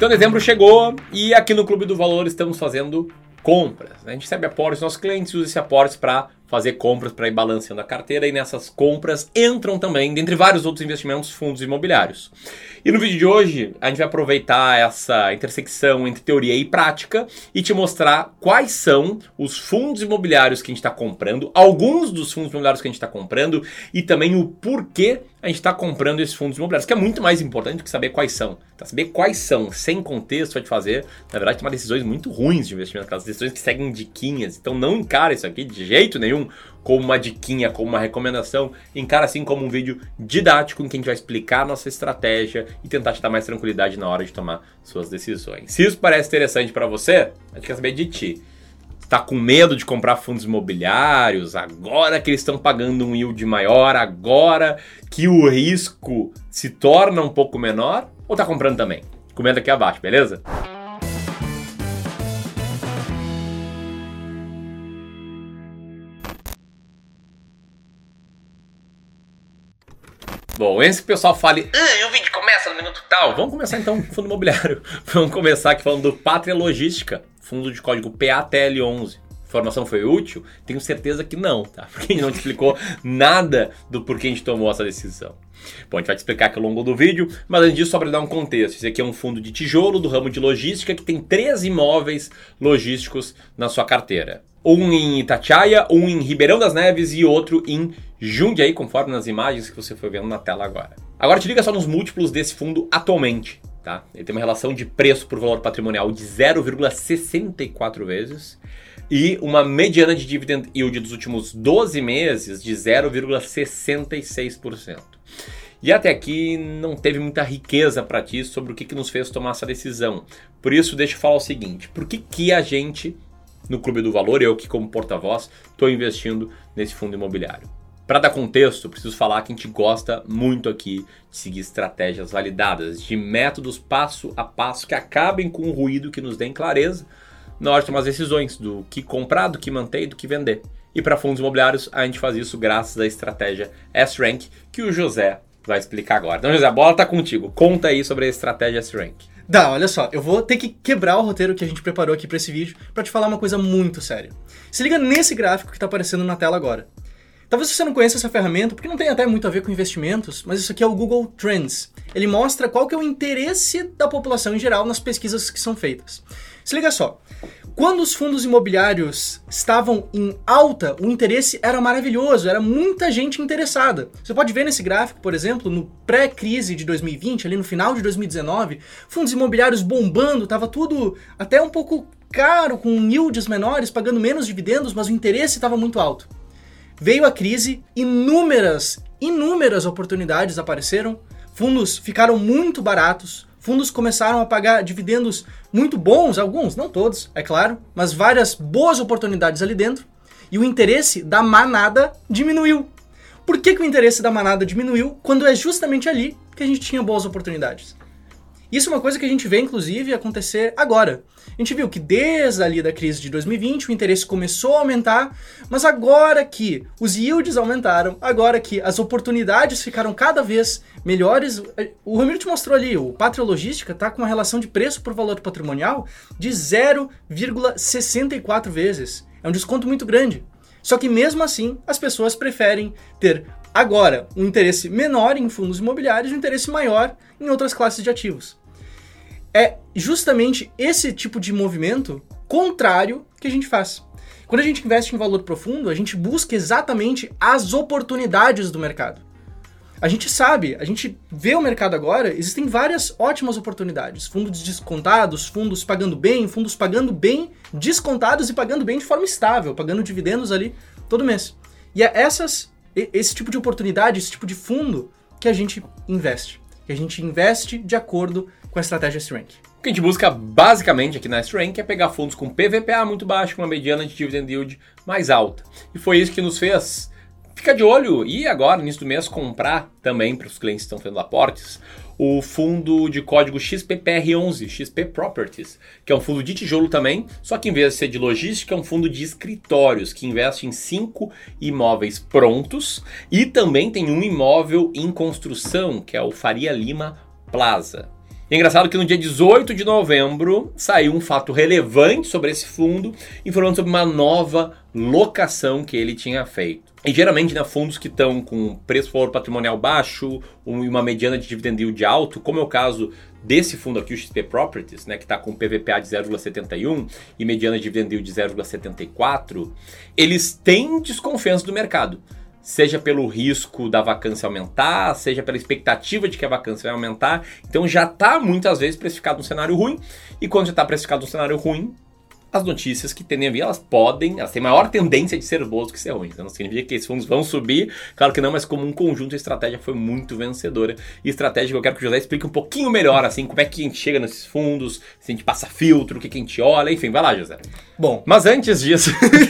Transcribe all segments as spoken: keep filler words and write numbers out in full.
Então dezembro chegou e aqui no Clube do Valor estamos fazendo compras. A gente recebe aportes dos nossos clientes e usa esse aportes para fazer compras, para ir balanceando a carteira, e nessas compras entram também, dentre vários outros investimentos, fundos imobiliários. E no vídeo de hoje, a gente vai aproveitar essa intersecção entre teoria e prática e te mostrar quais são os fundos imobiliários que a gente está comprando, alguns dos fundos imobiliários que a gente está comprando e também o porquê a gente está comprando esses fundos imobiliários, que é muito mais importante do que saber quais são. Tá? Saber quais são, sem contexto, vai te fazer, na verdade, tomar decisões muito ruins de investimento, aquelas decisões que seguem diquinhas. Então não encara isso aqui de jeito nenhum como uma diquinha, como uma recomendação. Encara assim como um vídeo didático em que a gente vai explicar a nossa estratégia e tentar te dar mais tranquilidade na hora de tomar suas decisões. Se isso parece interessante para você, a gente quer saber de ti. Está com medo de comprar fundos imobiliários, agora que eles estão pagando um yield maior, agora que o risco se torna um pouco menor, ou está comprando também? Comenta aqui abaixo, beleza? Bom, antes que o pessoal fale, ah, o vídeo começa no minuto tal, vamos começar então com o fundo imobiliário. Vamos começar aqui falando do Pátria Logística, fundo de código P A T L onze. Informação foi útil? Tenho certeza que não, tá? Porque a gente não te explicou nada do porquê a gente tomou essa decisão. Bom, a gente vai te explicar aqui ao longo do vídeo, mas antes disso, só para dar um contexto. Esse aqui é um fundo de tijolo do ramo de logística que tem três imóveis logísticos na sua carteira. Um em Itatiaia, um em Ribeirão das Neves e outro em Jundiaí, conforme nas imagens que você foi vendo na tela agora. Agora te liga só nos múltiplos desse fundo atualmente, tá? Ele tem uma relação de preço por valor patrimonial de zero vírgula sessenta e quatro vezes e uma mediana de dividend yield dos últimos doze meses de zero vírgula sessenta e seis por cento. E até aqui não teve muita riqueza para ti sobre o que, que nos fez tomar essa decisão. Por isso, deixa eu falar o seguinte, por que, que a gente, no Clube do Valor, eu que como porta-voz, estou investindo nesse fundo imobiliário? Para dar contexto, preciso falar que a gente gosta muito aqui de seguir estratégias validadas, de métodos passo a passo que acabem com o ruído, que nos deem clareza na hora de tomar as decisões do que comprar, do que manter e do que vender. E para fundos imobiliários, a gente faz isso graças à estratégia S-Rank, que o José vai explicar agora. Então, José, a bola tá contigo. Conta aí sobre a estratégia S-Rank. Dá, olha só, eu vou ter que quebrar o roteiro que a gente preparou aqui para esse vídeo para te falar uma coisa muito séria. Se liga nesse gráfico que está aparecendo na tela agora. Talvez você não conheça essa ferramenta, porque não tem até muito a ver com investimentos, mas isso aqui é o Google Trends. Ele mostra qual que é o interesse da população em geral nas pesquisas que são feitas. Se liga só, quando os fundos imobiliários estavam em alta, o interesse era maravilhoso, era muita gente interessada. Você pode ver nesse gráfico, por exemplo, no pré-crise de dois mil e vinte, ali no final de dois mil e dezenove, fundos imobiliários bombando, estava tudo até um pouco caro, com yields menores, pagando menos dividendos, mas o interesse estava muito alto. Veio a crise, inúmeras, inúmeras oportunidades apareceram, fundos ficaram muito baratos, fundos começaram a pagar dividendos muito bons, alguns, não todos, é claro, mas várias boas oportunidades ali dentro, e o interesse da manada diminuiu. Por que que o interesse da manada diminuiu quando é justamente ali que a gente tinha boas oportunidades? Isso é uma coisa que a gente vê, inclusive, acontecer agora. A gente viu que desde ali da crise de dois mil e vinte o interesse começou a aumentar, mas agora que os yields aumentaram, agora que as oportunidades ficaram cada vez melhores, o Ramiro te mostrou ali, o Pátria Logística está com uma relação de preço por valor patrimonial de zero vírgula sessenta e quatro vezes. É um desconto muito grande. Só que mesmo assim, as pessoas preferem ter agora um interesse menor em fundos imobiliários e um interesse maior em outras classes de ativos. É justamente esse tipo de movimento contrário que a gente faz. Quando a gente investe em valor profundo, a gente busca exatamente as oportunidades do mercado. A gente sabe, a gente vê o mercado agora, existem várias ótimas oportunidades. Fundos descontados, fundos pagando bem, fundos pagando bem descontados e pagando bem de forma estável, pagando dividendos ali todo mês. E é essas, esse tipo de oportunidade, esse tipo de fundo que a gente investe. Que a gente investe de acordo com a estratégia S-Rank. O que a gente busca basicamente aqui na S-Rank é pegar fundos com P V P A muito baixo, com uma mediana de dividend yield mais alta. E foi isso que nos fez ficar de olho e agora, início do mês, comprar também para os clientes que estão fazendo aportes o fundo de código X P P R onze, X P Properties, que é um fundo de tijolo também, só que em vez de ser de logística, é um fundo de escritórios, que investe em cinco imóveis prontos e também tem um imóvel em construção, que é o Faria Lima Plaza. É engraçado que no dia dezoito de novembro saiu um fato relevante sobre esse fundo, informando sobre uma nova locação que ele tinha feito. E geralmente, né, fundos que estão com preço por valor patrimonial baixo e uma mediana de dividend yield alto, como é o caso desse fundo aqui, o X P Properties, né, que está com P V P A de zero vírgula setenta e um e mediana de dividend yield de zero vírgula setenta e quatro, eles têm desconfiança do mercado. Seja pelo risco da vacância aumentar, seja pela expectativa de que a vacância vai aumentar. Então já está muitas vezes precificado um cenário ruim. E quando já está precificado um cenário ruim, as notícias que tendem a vir, elas podem, elas têm maior tendência de ser boas do que ser ruins. Então não significa que esses fundos vão subir, claro que não, mas como um conjunto a estratégia foi muito vencedora. E estratégia que eu quero que o José explique um pouquinho melhor, assim, como é que a gente chega nesses fundos, se a gente passa filtro, o que, que a gente olha, enfim, vai lá, José. Bom, mas antes disso,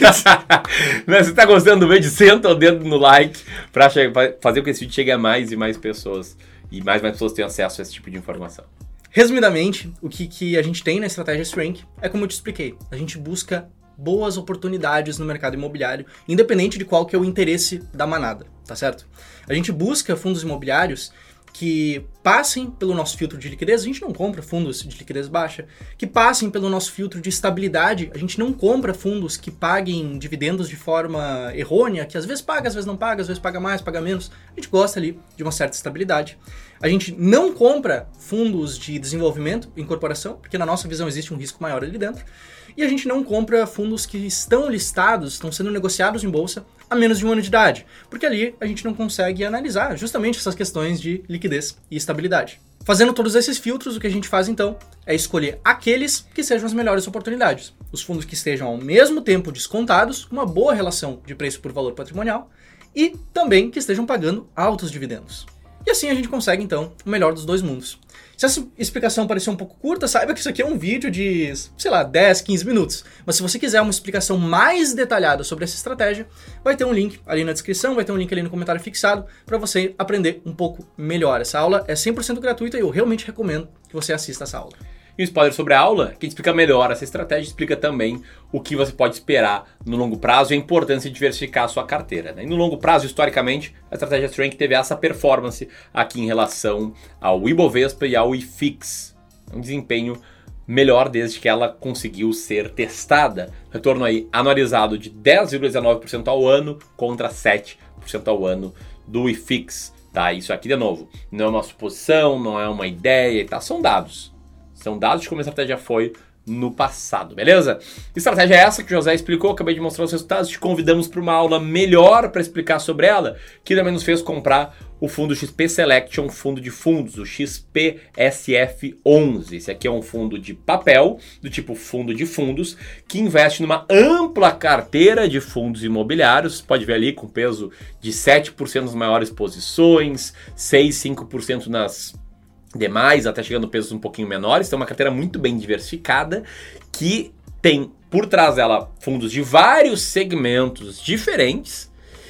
né, se você está gostando do vídeo, senta o dedo no like para fazer com que esse vídeo chegue a mais e mais pessoas, e mais e mais pessoas tenham acesso a esse tipo de informação. Resumidamente, o que, que a gente tem na estratégia S-Rank é como eu te expliquei. A gente busca boas oportunidades no mercado imobiliário, independente de qual que é o interesse da manada, tá certo? A gente busca fundos imobiliários que passem pelo nosso filtro de liquidez, a gente não compra fundos de liquidez baixa, que passem pelo nosso filtro de estabilidade, a gente não compra fundos que paguem dividendos de forma errônea, que às vezes paga, às vezes não paga, às vezes paga mais, paga menos, a gente gosta ali de uma certa estabilidade. A gente não compra fundos de desenvolvimento em corporação, porque na nossa visão existe um risco maior ali dentro, e a gente não compra fundos que estão listados, estão sendo negociados em bolsa há menos de um ano de idade, porque ali a gente não consegue analisar justamente essas questões de liquidez e estabilidade. Fazendo todos esses filtros, o que a gente faz então é escolher aqueles que sejam as melhores oportunidades. Os fundos que estejam ao mesmo tempo descontados, com uma boa relação de preço por valor patrimonial, e também que estejam pagando altos dividendos. E assim a gente consegue então o melhor dos dois mundos. Se essa explicação parecer um pouco curta, saiba que isso aqui é um vídeo de, sei lá, dez, quinze minutos. Mas se você quiser uma explicação mais detalhada sobre essa estratégia, vai ter um link ali na descrição, vai ter um link ali no comentário fixado para você aprender um pouco melhor. Essa aula é cem por cento gratuita e eu realmente recomendo que você assista essa aula. E o spoiler sobre a aula, que explica melhor essa estratégia, explica também o que você pode esperar no longo prazo e a importância de diversificar a sua carteira, né? E no longo prazo, historicamente, a estratégia S-Rank teve essa performance aqui em relação ao Ibovespa e ao I F I X. Um desempenho melhor desde que ela conseguiu ser testada. Retorno aí anualizado de dez vírgula dezenove por cento ao ano contra sete por cento ao ano do I F I X. Tá? Isso aqui, de novo, não é uma suposição, não é uma ideia, tá? São dados. São dados de como a estratégia foi no passado, beleza? Estratégia é essa que o José explicou, acabei de mostrar os resultados, te convidamos para uma aula melhor para explicar sobre ela, que também nos fez comprar o fundo X P Selection, fundo de fundos, o X P S F onze. Esse aqui é um fundo de papel, do tipo fundo de fundos, que investe numa ampla carteira de fundos imobiliários. Você pode ver ali com peso de sete por cento nas maiores posições, seis, cinco por cento nas demais, até chegando a pesos um pouquinho menores. Então é uma carteira muito bem diversificada, que tem por trás dela fundos de vários segmentos diferentes.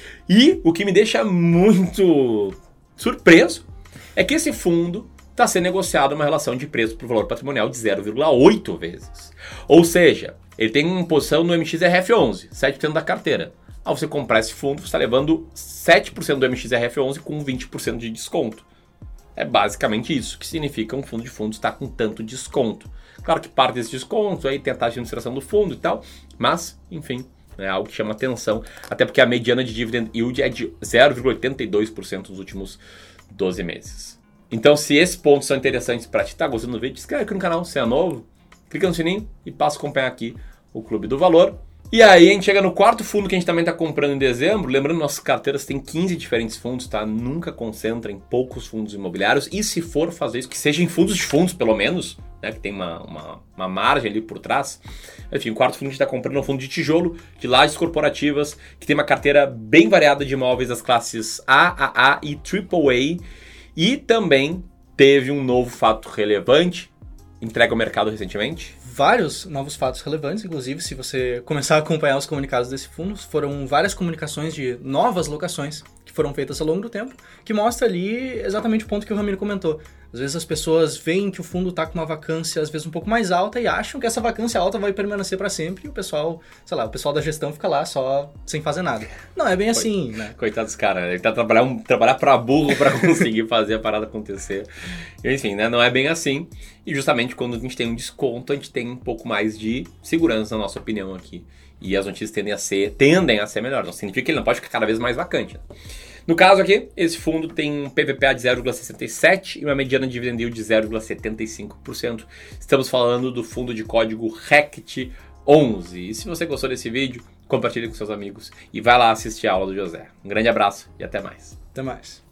E o que me deixa muito surpreso é que esse fundo está sendo negociado uma relação de preço por valor patrimonial de zero vírgula oito vezes. Ou seja, ele tem uma posição no M X R F onze, sete por cento da carteira. Ao você comprar esse fundo, você está levando sete por cento do M X R F onze com vinte por cento de desconto. É basicamente isso que significa um fundo de fundos estar com tanto desconto. Claro que parte desse desconto aí tem a taxa de administração do fundo e tal, mas, enfim, é algo que chama atenção, até porque a mediana de dividend yield é de zero vírgula oitenta e dois por cento nos últimos doze meses. Então, se esses pontos são interessantes para ti, tá gostando do vídeo, inscreve aqui no canal, se é novo, clica no sininho e passa a acompanhar aqui o Clube do Valor. E aí a gente chega no quarto fundo que a gente também está comprando em dezembro. Lembrando, nossas carteiras têm quinze diferentes fundos, tá? Nunca concentra em poucos fundos imobiliários. E se for fazer isso, que seja em fundos de fundos, pelo menos, né? Que tem uma, uma, uma margem ali por trás. Enfim, o quarto fundo que a gente está comprando é um fundo de tijolo, de lajes corporativas, que tem uma carteira bem variada de imóveis das classes A, A A e triplo A. E também teve um novo fato relevante, entregue ao mercado recentemente. Vários novos fatos relevantes, inclusive se você começar a acompanhar os comunicados desse fundo, foram várias comunicações de novas locações que foram feitas ao longo do tempo, que mostra ali exatamente o ponto que o Ramiro comentou. Às vezes as pessoas veem que o fundo está com uma vacância, às vezes, um pouco mais alta e acham que essa vacância alta vai permanecer para sempre e o pessoal, sei lá, o pessoal da gestão fica lá só sem fazer nada. Não, é bem assim, né? Coitado dos caras, ele tá trabalhando trabalhar para burro para conseguir fazer a parada acontecer. Enfim, né? Não é bem assim. E justamente quando a gente tem um desconto, a gente tem um pouco mais de segurança na nossa opinião aqui. E as notícias tendem a ser, tendem a ser melhores. Não significa que ele não pode ficar cada vez mais vacante. Né? No caso aqui, esse fundo tem um P V P A de zero vírgula sessenta e sete e uma mediana de dividend yield de zero vírgula setenta e cinco por cento. Estamos falando do fundo de código R E C T onze. E se você gostou desse vídeo, compartilhe com seus amigos e vai lá assistir a aula do José. Um grande abraço e até mais. Até mais.